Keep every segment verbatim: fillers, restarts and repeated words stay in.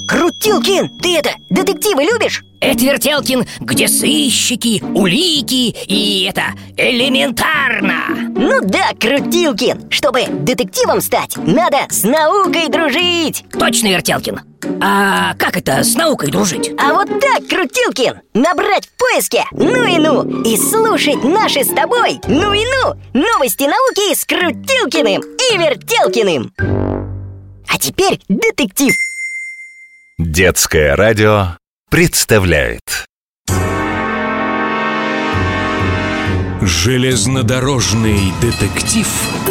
Крутилкин, ты это, детективы любишь? Это Вертелкин, где сыщики, улики и это, элементарно. Ну да, Крутилкин, чтобы детективом стать, надо с наукой дружить. Точно, Вертелкин. А как это с наукой дружить? А вот так, Крутилкин, набрать в поиске «ну и ну» и слушать наши с тобой «ну и ну» новости науки с Крутилкиным и Вертелкиным. А теперь детектив. Детское радио представляет железнодорожный детектив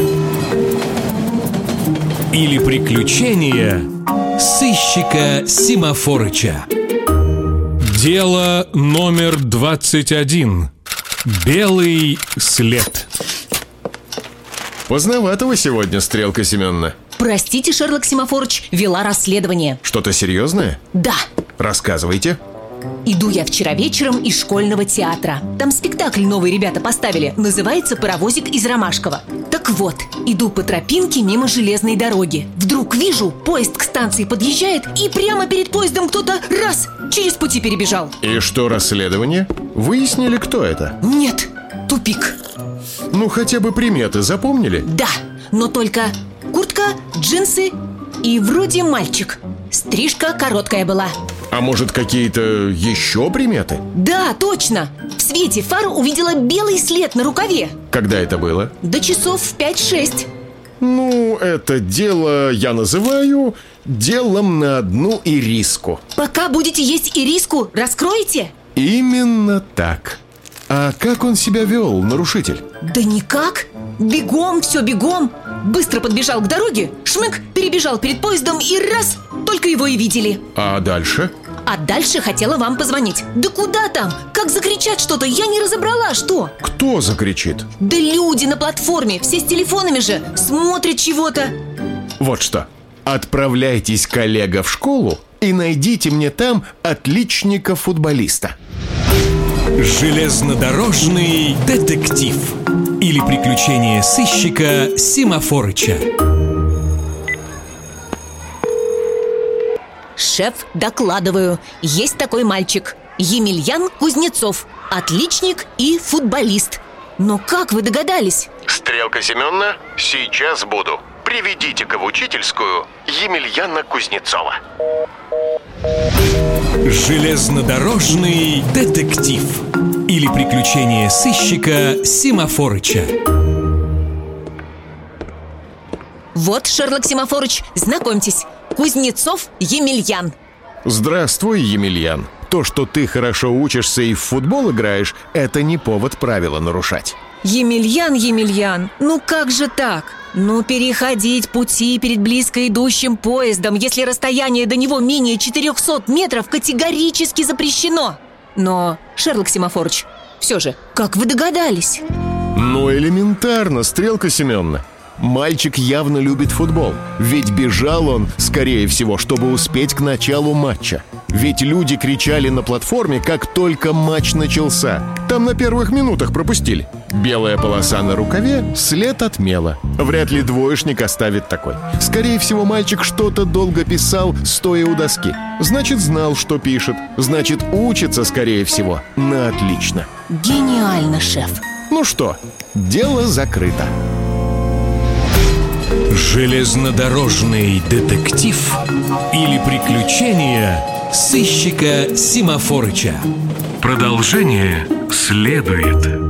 или приключения сыщика Семафорыча. Дело номер двадцать один. Белый след. Поздновато вы сегодня, Стрелка Семеновна. Простите, Шерлок Семафорыч, вела расследование. Что-то серьезное? Да. Рассказывайте. Иду я вчера вечером из школьного театра. Там спектакль новый ребята поставили. Называется «Паровозик из Ромашково». Так вот, иду по тропинке мимо железной дороги. Вдруг вижу, поезд к станции подъезжает, и прямо перед поездом кто-то раз через пути перебежал. И что, расследование? Выяснили, кто это? Нет, тупик. Ну, хотя бы приметы запомнили? Да, но только куртка, джинсы и вроде мальчик. Стрижка короткая была. А может, какие-то еще приметы? Да, точно. В свете фар увидела белый след на рукаве. Когда это было? До часов в пять-шесть. Ну, это дело я называю делом на одну ириску. Пока будете есть ириску, раскроете? Именно так. А как он себя вел, нарушитель? Да никак. Бегом, все бегом. Быстро подбежал к дороге, шмык, перебежал перед поездом и раз, только его и видели. А дальше? А дальше хотела вам позвонить. Да куда там? Как закричать что-то, я не разобрала, что? Кто закричит? Да люди на платформе, все с телефонами же, смотрят чего-то. Вот что, отправляйтесь, коллега, в школу и найдите мне там отличника-футболиста. Железнодорожный детектив или приключения сыщика Семафорыча. Шеф, докладываю, есть такой мальчик, Емельян Кузнецов, отличник и футболист. Но как вы догадались? Стрелка Семеновна, сейчас буду. Приведите-ка в учительскую Емельяна Кузнецова. Железнодорожный детектив или приключения сыщика Семафорыча. Вот, Шерлок Семафорыч, знакомьтесь, Кузнецов Емельян. Здравствуй, Емельян. То, что ты хорошо учишься и в футбол играешь, это не повод правила нарушать. Емельян, Емельян, ну как же так? Ну переходить пути перед близко идущим поездом, если расстояние до него менее четырехсот метров, категорически запрещено. Но, Шерлок Семафорыч, все же, как вы догадались? Ну, элементарно, Стрелка Семеновна. Мальчик явно любит футбол. Ведь бежал он, скорее всего, чтобы успеть к началу матча. Ведь люди кричали на платформе, как только матч начался. Там на первых минутах пропустили. Белая полоса на рукаве, след от мела. Вряд ли двоечник оставит такой. Скорее всего, мальчик что-то долго писал, стоя у доски. Значит, знал, что пишет. Значит, учится, скорее всего, на отлично. Гениально, шеф. Ну что, дело закрыто. Железнодорожный детектив или приключения сыщика Семафорыча. Продолжение следует.